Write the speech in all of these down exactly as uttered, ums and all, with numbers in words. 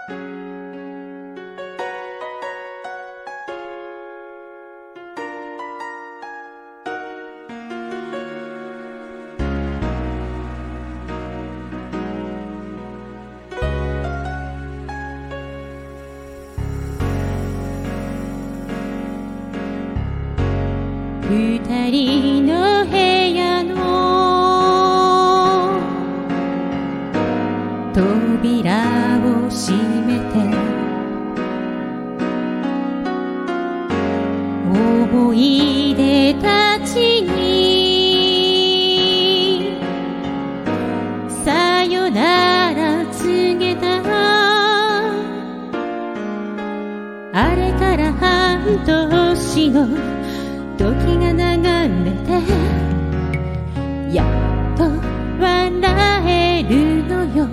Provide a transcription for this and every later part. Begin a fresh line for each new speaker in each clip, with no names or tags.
二人の部屋の扉を閉めて思い出たちにさよなら告げた。あれから半年の時が流れてやっと笑えるのよ。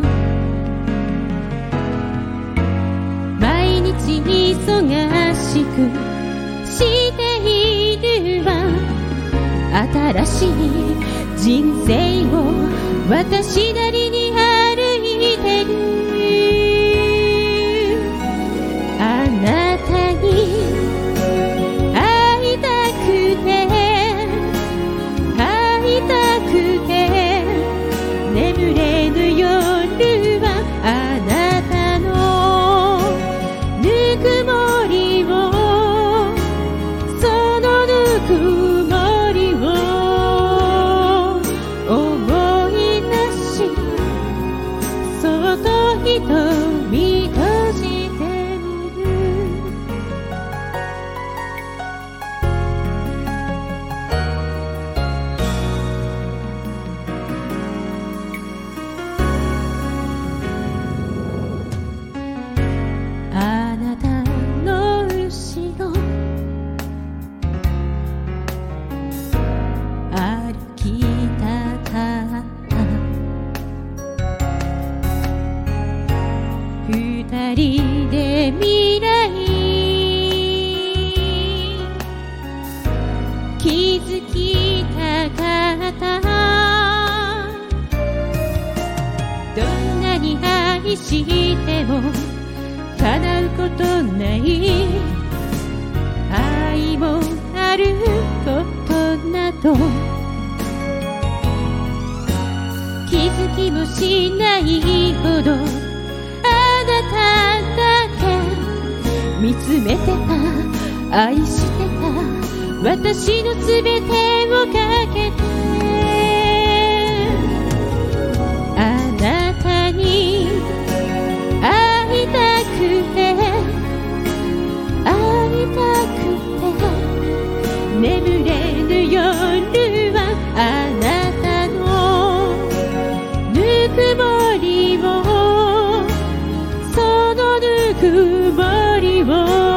毎日忙しくしているわ。新しい人生を私なりに歩いてる。あなたに眠れぬ夜はあなたのぬくもりを、そのぬくもりを思い出し、そっと瞳閉じてみる。あなたの後ろ歩きたかった。二人で未来気づきたかった。どんなに愛しても叶うことない愛もあることなど気づきもしないほど、あなただけ見つめてた、愛してた、私のすべてをかけて。あなたに会いたくて会いたくて眠れぬ夜はあなたのぬくもりを、そのぬくもりを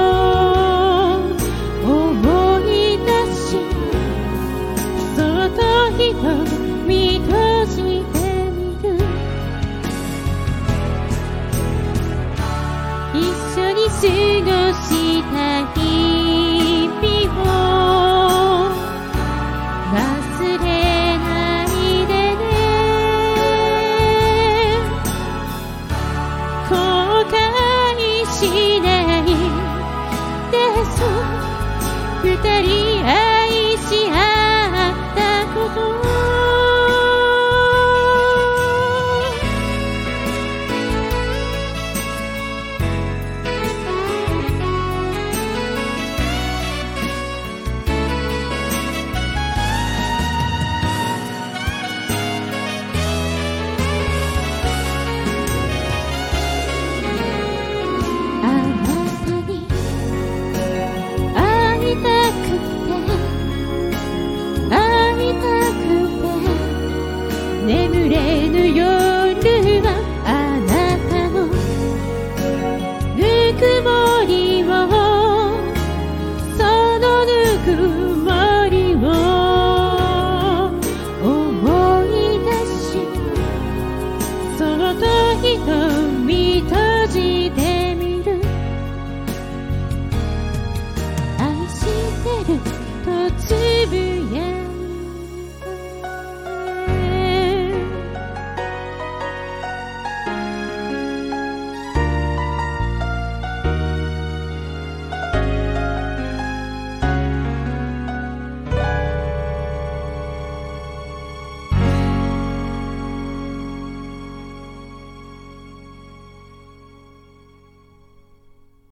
思い出し、そっと瞳閉じてみる。一緒に過ごした日々を忘れないでね。後悔しないでそう二人愛し合ったこと。眠れぬ夜